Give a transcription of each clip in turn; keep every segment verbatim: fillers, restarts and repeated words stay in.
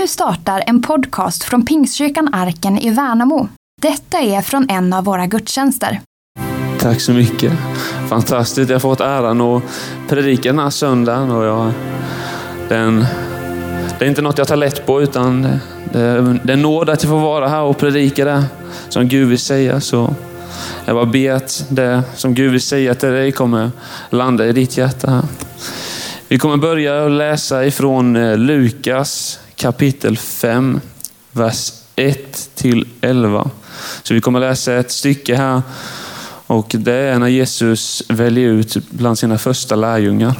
Nu startar en podcast från Pingstkyrkan Arken i Värnamo. Detta är från en av våra gudstjänster. Tack så mycket. Fantastiskt. Jag har fått äran att predika den här söndagen. Och jag, den, det är inte något jag tar lätt på, utan det, det är nåd att jag får vara här och predika det som Gud vill säga. Så jag bara ber att det som Gud vill säga till dig kommer landa i ditt hjärta här. Vi kommer börja läsa ifrån Lukas kapitel fem, vers ett till elva. Så vi kommer läsa ett stycke här, och det är när Jesus väljer ut bland sina första lärjungar.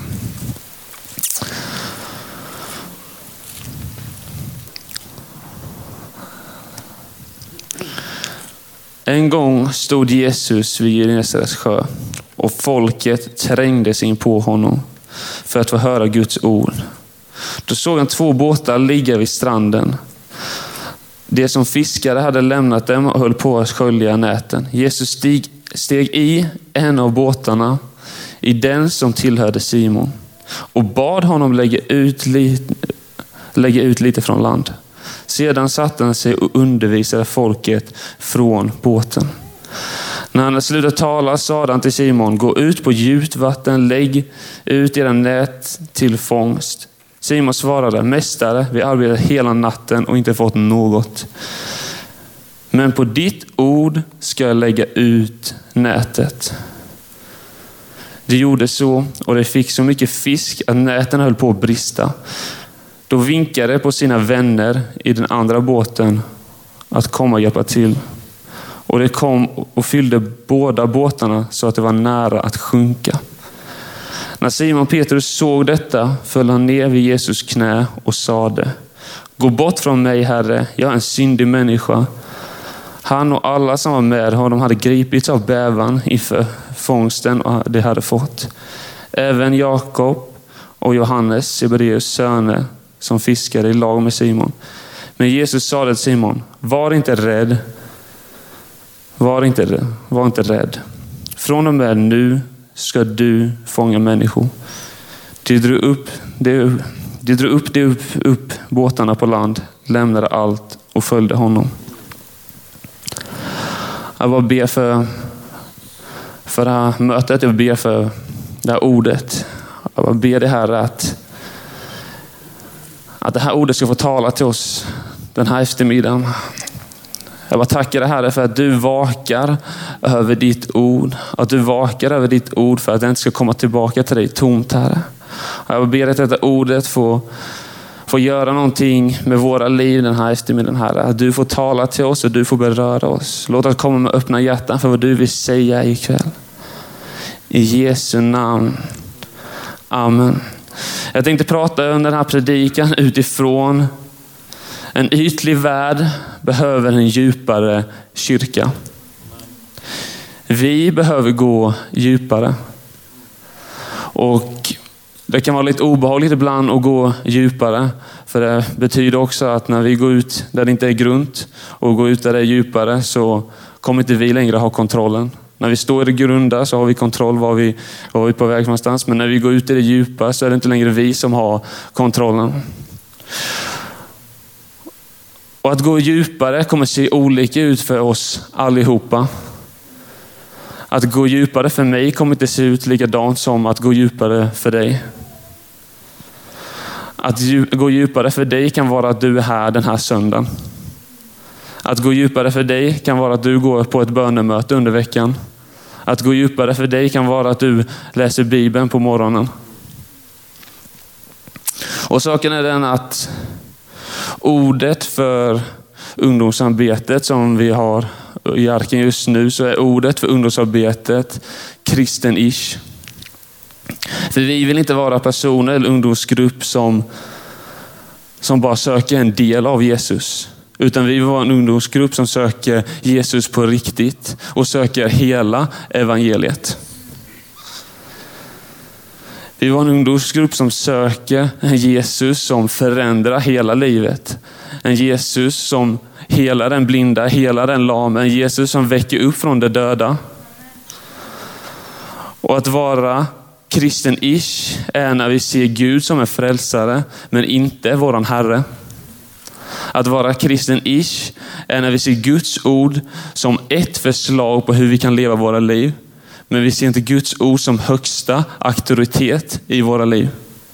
En gång stod Jesus vid Genesarets sjö, och folket trängdes in på honom för att få höra Guds ord. Då såg han två båtar ligga vid stranden. De som fiskare hade lämnat dem och höll på att skölja näten. Jesus steg, steg i en av båtarna, i den som tillhörde Simon, och bad honom lägga ut, lite, lägga ut lite från land. Sedan satte han sig och undervisade folket från båten. När han hade slutat tala sa han till Simon: gå ut på djupt vatten, lägg ut era nät till fångst. Simon svarade: mästare, vi arbetar hela natten och inte fått något. Men på ditt ord ska jag lägga ut nätet. Det gjorde så, och det fick så mycket fisk att näten höll på att brista. Då vinkade på sina vänner i den andra båten att komma och hjälpa till. Och det kom och fyllde båda båtarna så att det var nära att sjunka. När Simon Petrus såg detta föll han ner vid Jesus knä och sade: gå bort från mig, Herre, jag är en syndig människa. Han och alla som var med honom hade gripits av bävan inför fångsten de hade fått. Även Jakob och Johannes, Sebedeus söner, som fiskade i lag med Simon. Men Jesus sa till Simon: var inte rädd. Var inte rädd. Var inte rädd. Från och med nu ska du fånga människor. De drog upp, de, de drog upp, de upp, upp båtarna på land, lämnade allt och följde honom. Jag bara ber för, för det här mötet. Jag ber för det här ordet. Jag bara ber det här att, att det här ordet ska få tala till oss den här eftermiddagen. Jag bara tackar dig, Herre, för att du vakar över ditt ord. Att du vakar över ditt ord för att det inte ska komma tillbaka till dig tomt, Herre. Jag ber att detta ordet får, får göra någonting med våra liv den här eftermiddagen, Herre. Att du får tala till oss och du får beröra oss. Låt oss komma med öppna hjärtan för vad du vill säga ikväll. I Jesu namn. Amen. Jag tänkte prata under den här predikan utifrån: en ytlig värld behöver en djupare kyrka. Vi behöver gå djupare. Och det kan vara lite obehagligt ibland att gå djupare. För det betyder också att när vi går ut där det inte är grunt och går ut där det är djupare, så kommer inte vi längre ha kontrollen. När vi står i det grunda så har vi kontroll var vi, var vi är på väg någonstans. Men när vi går ut i det djupa så är det inte längre vi som har kontrollen. Och att gå djupare kommer se olika ut för oss allihopa. Att gå djupare för mig kommer inte se ut likadant som att gå djupare för dig. Att gå djupare för dig kan vara att du är här den här söndagen. Att gå djupare för dig kan vara att du går på ett bönemöte under veckan. Att gå djupare för dig kan vara att du läser Bibeln på morgonen. Och saken är den att ordet för ungdomsarbetet som vi har i Arken just nu, så är ordet för ungdomsarbetet kristen-ish. För vi vill inte vara personer eller ungdomsgrupp som, som bara söker en del av Jesus. Utan vi vill vara en ungdomsgrupp som söker Jesus på riktigt och söker hela evangeliet. Vi var en ungdomsgrupp som söker en Jesus som förändrar hela livet. En Jesus som helar den blinda, helar den lame. En Jesus som väcker upp från de döda. Och att vara kristen-ish är när vi ser Gud som en frälsare, men inte våran Herre. Att vara kristen-ish är när vi ser Guds ord som ett förslag på hur vi kan leva våra liv. Men vi ser inte Guds ord som högsta auktoritet i våra liv.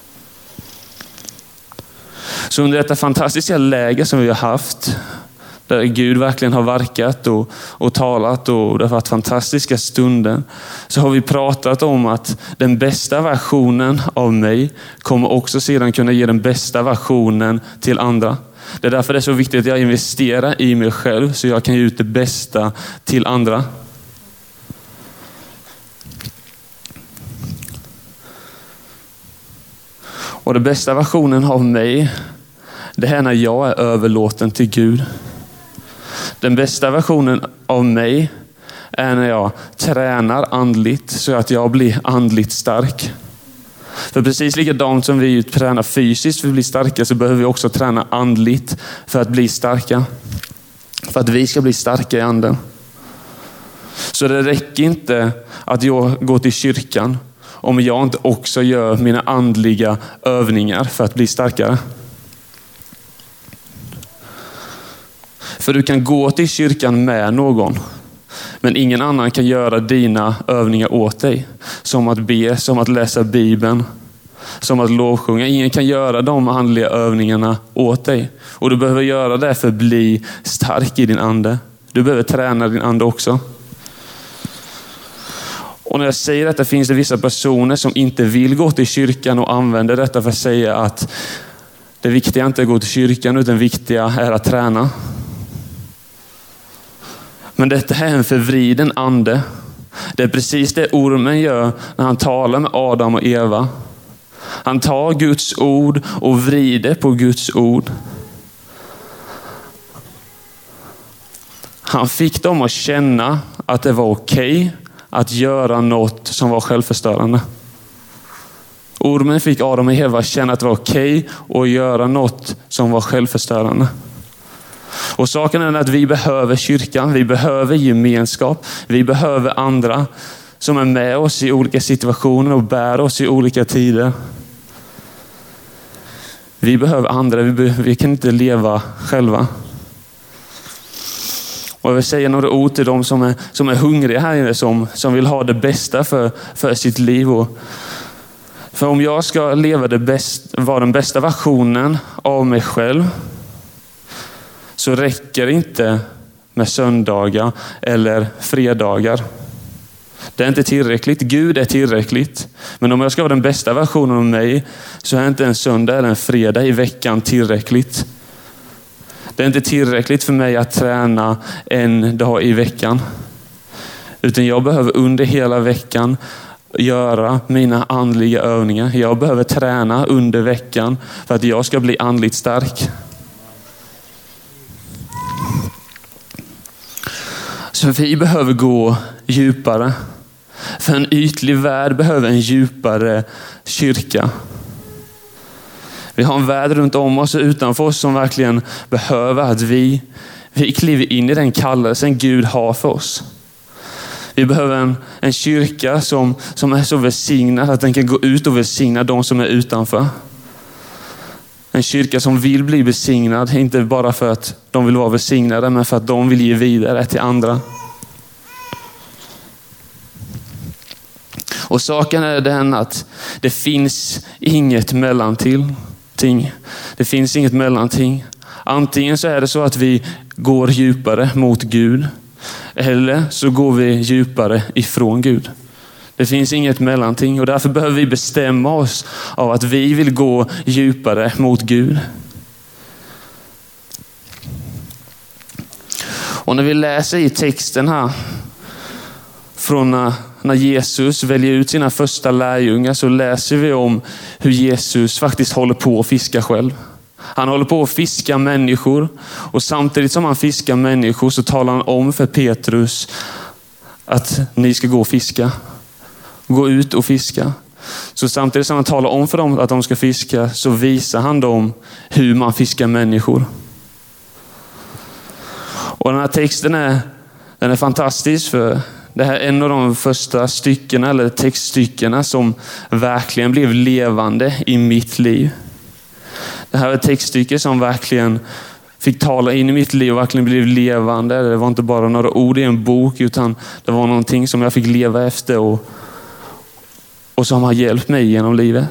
Så under detta fantastiska läge som vi har haft, där Gud verkligen har verkat och, och talat och det har varit fantastiska stunder, så har vi pratat om att den bästa versionen av mig kommer också sedan kunna ge den bästa versionen till andra. Det är därför det är så viktigt att jag investerar i mig själv så jag kan ge ut det bästa till andra. Och den bästa versionen av mig, det är när jag är överlåten till Gud. Den bästa versionen av mig är när jag tränar andligt så att jag blir andligt stark. För precis likadant som vi tränar fysiskt för att bli starka, så behöver vi också träna andligt för att bli starka. För att vi ska bli starka i anden. Så det räcker inte att jag går till kyrkan om jag inte också gör mina andliga övningar för att bli starkare. För du kan gå till kyrkan med någon, men ingen annan kan göra dina övningar åt dig. Som att be, som att läsa Bibeln, som att lovsjunga. Ingen kan göra de andliga övningarna åt dig. Och du behöver göra det för att bli stark i din ande. Du behöver träna din ande också. Och när jag säger detta finns det vissa personer som inte vill gå till kyrkan och använder detta för att säga att det viktiga inte är att gå till kyrkan, utan det viktiga är att träna. Men detta är en förvriden ande. Det är precis det ormen gör när han talar med Adam och Eva. Han tar Guds ord och vrider på Guds ord. Han fick dem att känna att det var okej att göra något som var självförstörande. Ormen fick Adam och Eva känna att det var okej att göra något som var självförstörande. Och saken är att vi behöver kyrkan, vi behöver gemenskap, vi behöver andra som är med oss i olika situationer och bär oss i olika tider. Vi behöver andra, vi, be- vi kan inte leva själva. Och jag vill säga några ord till dem som är, som är hungriga här inne, som, som vill ha det bästa för, för sitt liv. Och, för om jag ska leva det bäst, vara den bästa versionen av mig själv, så räcker det inte med söndagar eller fredagar. Det är inte tillräckligt. Gud är tillräckligt. Men om jag ska vara den bästa versionen av mig, så är inte en söndag eller en fredag i veckan tillräckligt. Det är inte tillräckligt för mig att träna en dag i veckan. Utan jag behöver under hela veckan göra mina andliga övningar. Jag behöver träna under veckan för att jag ska bli andligt stark. Så vi behöver gå djupare. För en ytlig värld behöver en djupare kyrka. Vi har en värld runt om oss och utanför oss som verkligen behöver att vi, vi kliver in i den kallelsen Gud har för oss. Vi behöver en, en kyrka som, som är så välsignad att den kan gå ut och välsigna de som är utanför. En kyrka som vill bli besignad, inte bara för att de vill vara välsignade, men för att de vill ge vidare till andra. Och saken är den att det finns inget mellanting. Det finns inget mellanting. Antingen så är det så att vi går djupare mot Gud, eller så går vi djupare ifrån Gud. Det finns inget mellanting, och därför behöver vi bestämma oss av att vi vill gå djupare mot Gud. Och när vi läser i texten här från när, när Jesus väljer ut sina första lärjungar, så läser vi om hur Jesus faktiskt håller på att fiska själv. Han håller på att fiska människor, och samtidigt som han fiskar människor så talar han om för Petrus att ni ska gå och fiska. Gå ut och fiska. Så samtidigt som han talar om för dem att de ska fiska, så visar han dem hur man fiskar människor. Och den här texten är, den är fantastisk, för det här är en av de första styckena eller textstyckena som verkligen blev levande i mitt liv. Det här är ett textstycke som verkligen fick tala in i mitt liv och verkligen blev levande. Det var inte bara några ord i en bok, utan det var någonting som jag fick leva efter och, och som har hjälpt mig genom livet.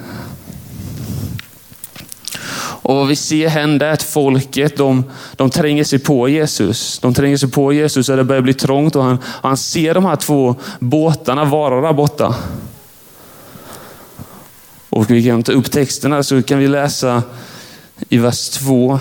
Och vad vi ser hända är att folket, de, de tränger sig på Jesus. De tränger sig på Jesus och det börjar bli trångt och han, han ser de här två båtarna vara där borta. Och vi kan ta upp texterna så kan vi läsa i vers två.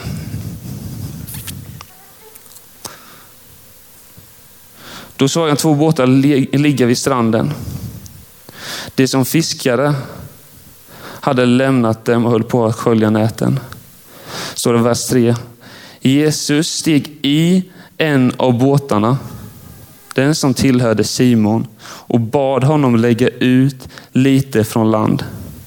Då såg han två båtar ligga vid stranden. Det som fiskare hade lämnat dem och höll på att skölja näten. Så det vers tre. Jesus steg i en av båtarna, den som tillhörde Simon, och bad honom lägga ut lite från land.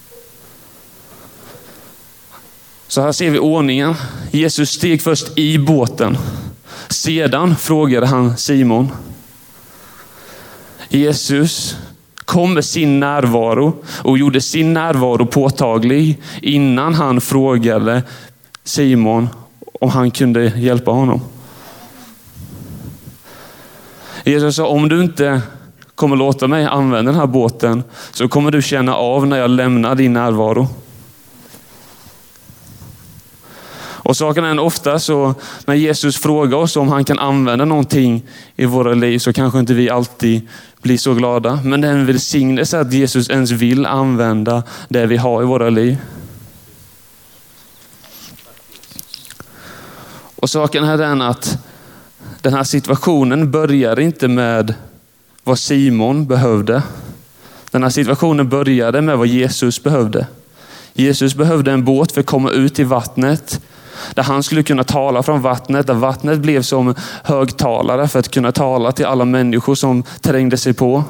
Så här ser vi ordningen. Jesus steg först i båten. Sedan frågade han Simon. Jesus kom med sin närvaro och gjorde sin närvaro påtaglig innan han frågade Simon om han kunde hjälpa honom. Jesus sa, om du inte kommer låta mig använda den här båten så kommer du känna av när jag lämnar din närvaro. Och saken är ofta så när Jesus frågar oss om han kan använda någonting i våra liv så kanske inte vi alltid blir så glada. Men det är en välsignelse att Jesus ens vill använda det vi har i våra liv. Och saken är den att den här situationen börjar inte med vad Simon behövde. Den här situationen började med vad Jesus behövde. Jesus behövde en båt för att komma ut i vattnet. Där han skulle kunna tala från vattnet. Där vattnet blev som högtalare för att kunna tala till alla människor som trängde sig på.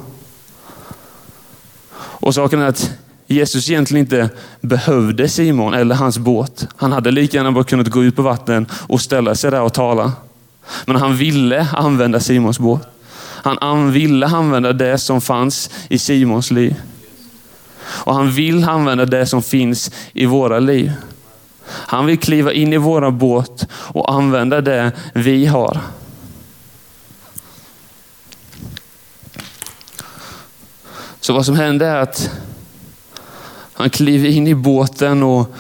Och saken är att Jesus egentligen inte behövde Simon eller hans båt. Han hade lika gärna bara kunnat gå ut på vattnet och ställa sig där och tala. Men han ville använda Simons båt. Han ville använda det som fanns i Simons liv. Och han vill använda det som finns i våra liv. Han vill kliva in i våra båt och använda det vi har. Så vad som händer är att han kliver in i båten och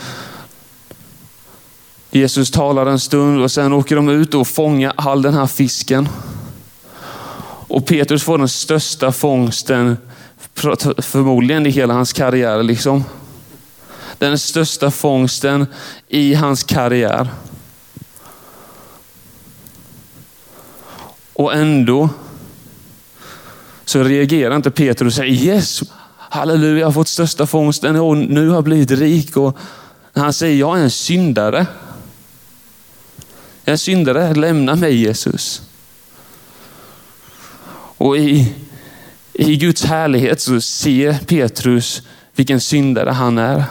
Jesus talar en stund och sen åker de ut och fångar all den här fisken. Och Petrus får den största fångsten förmodligen i hela hans karriär liksom. Den största fångsten i hans karriär. Och ändå så reagerar inte Petrus och säger yes, halleluja, jag har fått största fångsten och nu har jag blivit rik. Och han säger, jag är en syndare. Jag är en syndare, lämna mig Jesus. Och i, i Guds härlighet så ser Petrus vilken syndare han är.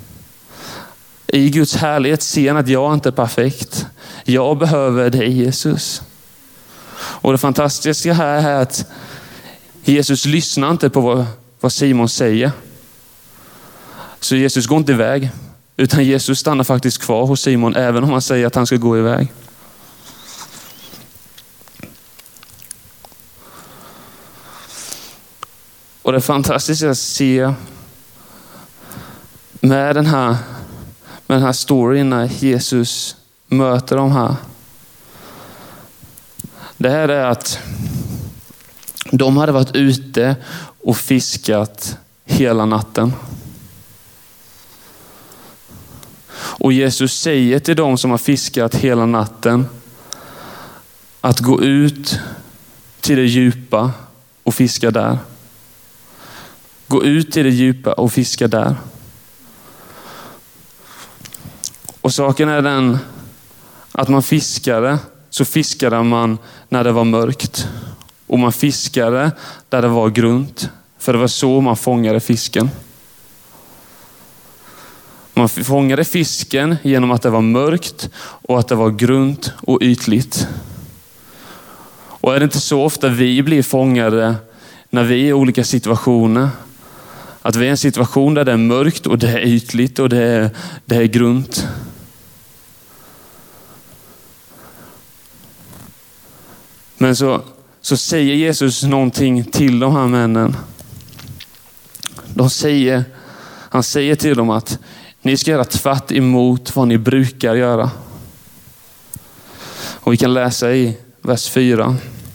I Guds härlighet ser han att jag inte är perfekt. Jag behöver dig Jesus. Och det fantastiska här är att Jesus lyssnar inte på vad, vad Simon säger. Så Jesus går inte iväg. Utan Jesus stannar faktiskt kvar hos Simon även om han säger att han ska gå iväg. Och det är fantastiskt att se med den här, med den här storyn när Jesus möter de här. Det här är att de hade varit ute och fiskat hela natten. Och Jesus säger till dem som har fiskat hela natten att gå ut till det djupa och fiska där. Gå ut till det djupa och fiska där. Och saken är den att man fiskade, så fiskade man när det var mörkt. Och man fiskade där det var grunt. För det var så man fångade fisken. Man fångade fisken genom att det var mörkt och att det var grunt och ytligt. Och är det inte så ofta vi blir fångade när vi är i olika situationer? Att vi är i en situation där det är mörkt och det är ytligt och det är, det är grunt. Men så, så säger Jesus någonting till de här männen. De säger, han säger till dem att ni ska göra tvärt emot vad ni brukar göra. Och vi kan läsa i vers fyra.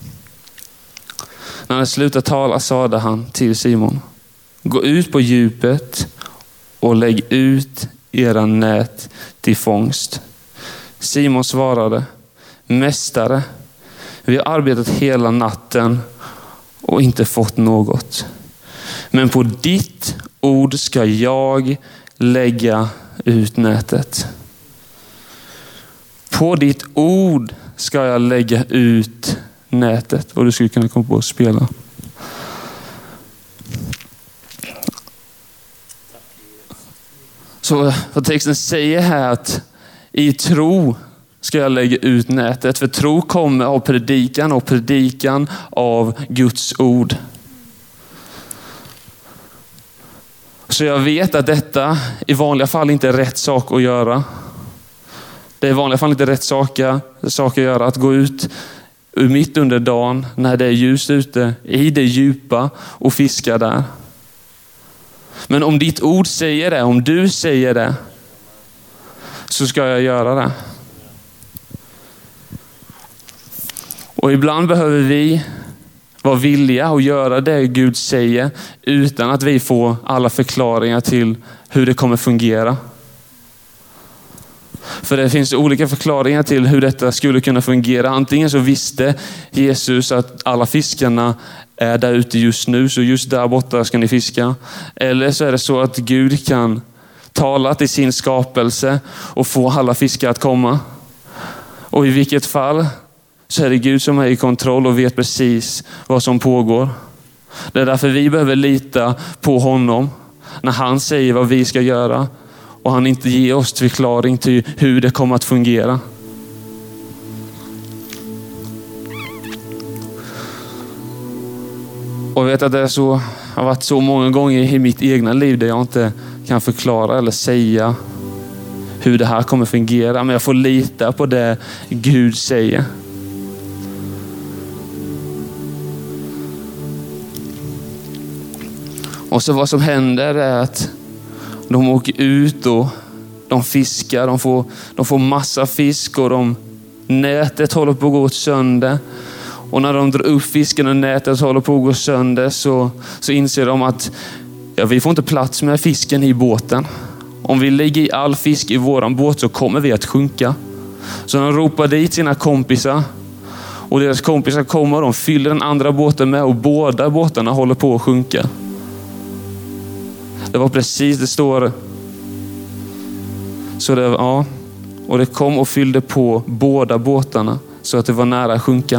När han slutade tala sade han till Simon: gå ut på djupet och lägg ut era nät till fångst. Simon svarade: mästare, vi har arbetat hela natten och inte fått något. Men på ditt ord ska jag lägga ut nätet. På ditt ord ska jag lägga ut nätet. Och du skulle kunna komma på att spela. Så vad texten säger här, att i tro ska jag lägga ut nätet. För tro kommer av predikan och predikan av Guds ord. Så jag vet att detta i vanliga fall inte är rätt sak att göra. Det är i vanliga fall inte rätt sak, sak att göra att gå ut mitt under dagen när det är ljust ute i det djupa och fiska där. Men om ditt ord säger det, om du säger det, så ska jag göra det. Och ibland behöver vi vara villiga att göra det Gud säger utan att vi får alla förklaringar till hur det kommer fungera. För det finns olika förklaringar till hur detta skulle kunna fungera. Antingen så visste Jesus att alla fiskarna är där ute just nu, så just där borta ska ni fiska. Eller så är det så att Gud kan tala till sin skapelse och få alla fiskar att komma. Och i vilket fall så är det Gud som är i kontroll och vet precis vad som pågår. Det är därför vi behöver lita på honom när han säger vad vi ska göra. Och han inte ger oss förklaring till hur det kommer att fungera. Och jag vet att det är så, har varit så många gånger i mitt egna liv där jag inte kan förklara eller säga hur det här kommer fungera. Men jag får lita på det Gud säger. Och så vad som händer är att de åker ut och de fiskar. De får, de får massa fisk och de, nätet håller på att gå sönder. Och när de drar upp fisken och nätet håller på att gå sönder så, så inser de att ja, vi får inte plats med fisken i båten. Om vi lägger i all fisk i våran båt så kommer vi att sjunka. Så de ropar dit sina kompisar. Och deras kompisar kommer och de fyller den andra båten med och båda båtarna håller på att sjunka. Det var precis det står. Så det, ja, och det kom och fyllde på båda båtarna så att det var nära att sjunka.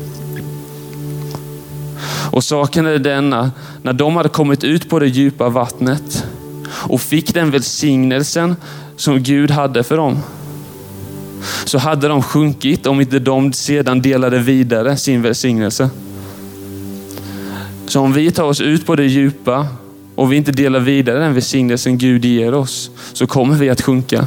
Och saken är denna, när de hade kommit ut på det djupa vattnet och fick den välsignelsen som Gud hade för dem, så hade de sjunkit om inte de sedan delade vidare sin välsignelse. Så om vi tar oss ut på det djupa och vi inte delar vidare den välsignelsen Gud ger oss, så kommer vi att sjunka.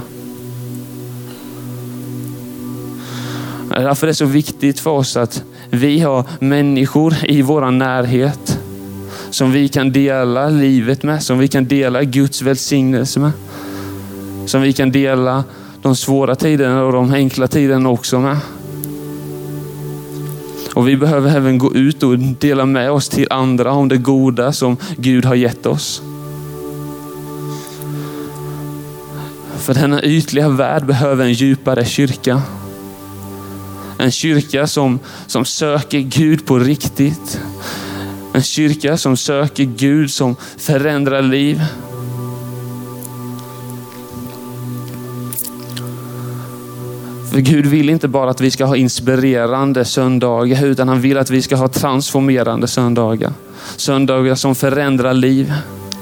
Därför är det så viktigt för oss att vi har människor i vår närhet som vi kan dela livet med, som vi kan dela Guds välsignelse med, som vi kan dela de svåra tiderna och de enkla tiderna också med. Och vi behöver även gå ut och dela med oss till andra om det goda som Gud har gett oss. För denna ytliga värld behöver en djupare kyrka. En kyrka som, som söker Gud på riktigt. En kyrka som söker Gud, som förändrar liv. För Gud vill inte bara att vi ska ha inspirerande söndagar, utan han vill att vi ska ha transformerande söndagar. Söndagar som förändrar liv.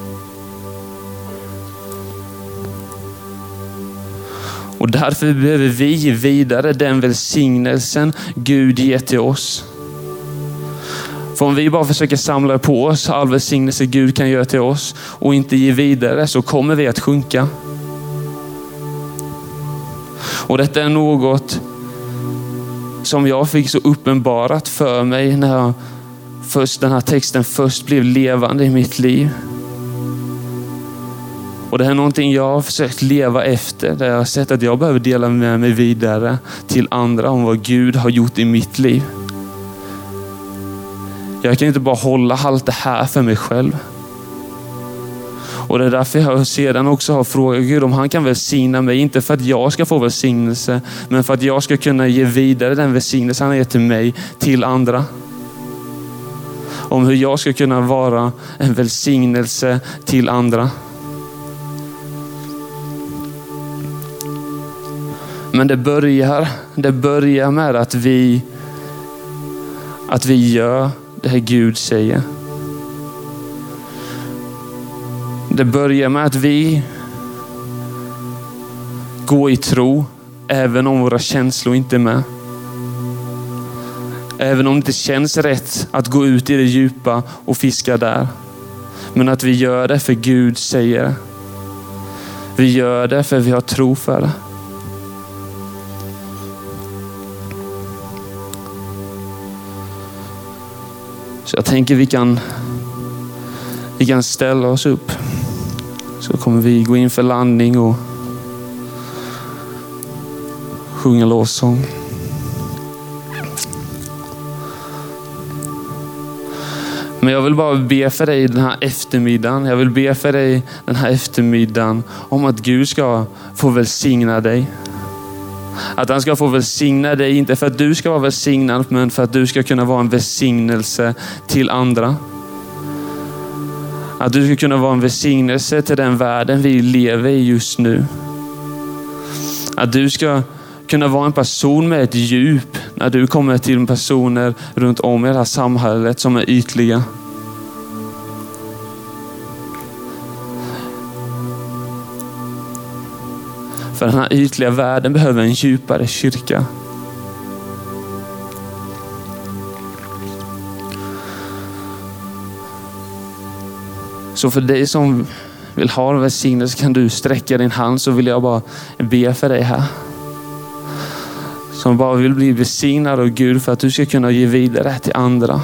Och därför behöver vi ge vidare den välsignelsen Gud ger till oss. För om vi bara försöker samla på oss all välsignelse Gud kan göra till oss och inte ge vidare, så kommer vi att sjunka. Och detta är något som jag fick så uppenbarat för mig när jag först, den här texten först blev levande i mitt liv. Och det här är någonting jag har försökt leva efter, där jag har sett att jag behöver dela med mig vidare till andra om vad Gud har gjort i mitt liv. Jag kan inte bara hålla allt det här för mig själv. Och det är därför jag sedan också har frågat Gud om han kan välsigna mig, inte för att jag ska få välsignelse, men för att jag ska kunna ge vidare den välsignelse han ger till mig till andra. Om hur jag ska kunna vara en välsignelse till andra. Men det börjar, det börjar med att vi, att vi gör det här Gud säger. Det börjar med att vi går i tro, även om våra känslor inte är med. Även om det inte känns rätt att gå ut i det djupa och fiska där. Men att vi gör det för Gud säger. Vi gör det för vi har tro för det. Så jag tänker vi kan, vi kan ställa oss upp. Så kommer vi gå in för landning och sjunga lovsång. Men jag vill bara be för dig den här eftermiddagen. Jag vill be för dig den här eftermiddagen om att Gud ska få välsigna dig. Att han ska få välsigna dig, inte för att du ska vara välsignad, men för att du ska kunna vara en välsignelse till andra. Att du ska kunna vara en välsignelse till den världen vi lever i just nu. Att du ska kunna vara en person med ett djup när du kommer till personer runt om i det här samhället som är ytliga. För den här ytliga världen behöver en djupare kyrka. Så för dig som vill ha en välsignelse kan du sträcka din hand, så vill jag bara be för dig här. Som bara vill bli välsignad av Gud för att du ska kunna ge vidare till andra.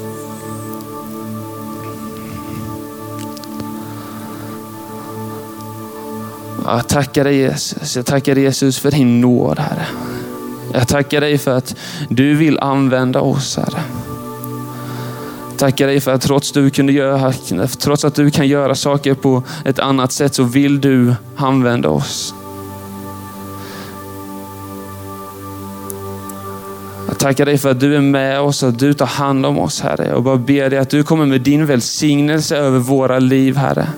Jag tackar dig Jesus. Jag tackar Jesus för din nåd, Herre. Jag tackar dig för att du vill använda oss, Herre. Tackar dig för att trots, du kunde göra, trots att du kan göra saker på ett annat sätt, så vill du använda oss. Jag tackar dig för att du är med oss och att du tar hand om oss, Herre. Jag bara ber dig att du kommer med din välsignelse över våra liv, Herre.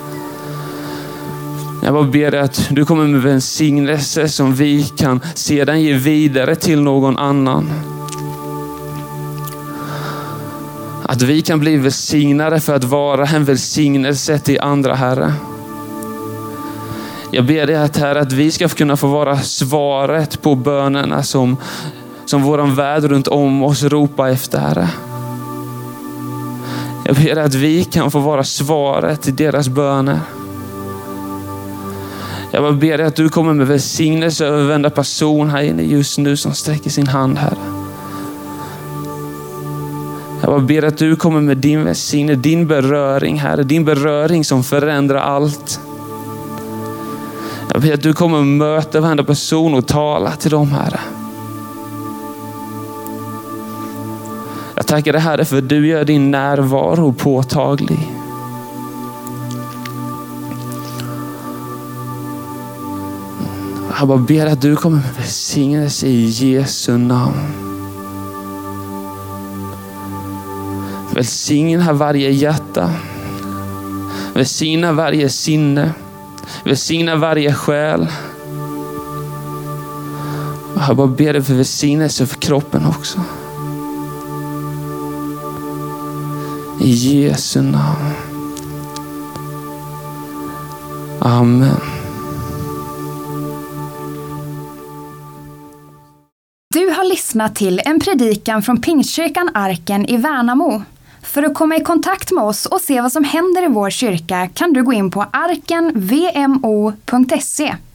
Jag bara ber dig att du kommer med välsignelse som vi kan sedan ge vidare till någon annan. Att vi kan bli välsignade för att vara en välsignelse till andra, Herre. Jag ber dig att, Herre, att vi ska kunna få vara svaret på bönerna som, som våran värld runt om oss ropar efter, Herre. Jag ber dig att vi kan få vara svaret till deras böner. Jag bara ber dig att du kommer med välsignelse över varenda person här inne just nu som sträcker sin hand, Herre. Jag bara ber att du kommer med din välsignelse, din beröring, Herre. Din beröring som förändrar allt. Jag ber att du kommer möta varenda person och tala till dem, Herre. Jag tackar dig, Herre, för att du gör din närvaro påtaglig. Jag bara ber att du kommer med välsignelse i Jesu namn. Välsigna varje hjärta. Välsigna varje sinne. Välsigna varje själ. Jag bara ber dig för välsignelse för kroppen också. I Jesu namn. Amen. Du har lyssnat till en predikan från Pingstkyrkan Arken i Värnamo. För att komma i kontakt med oss och se vad som händer i vår kyrka kan du gå in på arken v m o punkt se.